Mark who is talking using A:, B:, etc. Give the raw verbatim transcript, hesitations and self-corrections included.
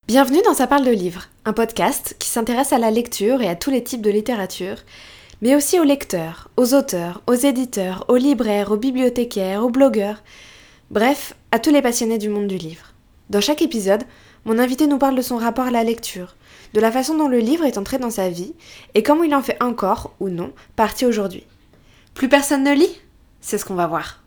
A: Bienvenue dans Ça parle de livres, un podcast qui s'intéresse à la lecture et à tous les types de littérature, mais aussi aux lecteurs, aux auteurs, aux éditeurs, aux libraires, aux bibliothécaires, aux blogueurs, bref, à tous les passionnés du monde du livre. Dans chaque épisode, mon invité nous parle de son rapport à la lecture, de la façon dont le livre est entré dans sa vie et comment il en fait encore, ou non, partie aujourd'hui. Plus personne ne lit ? C'est ce qu'on va voir.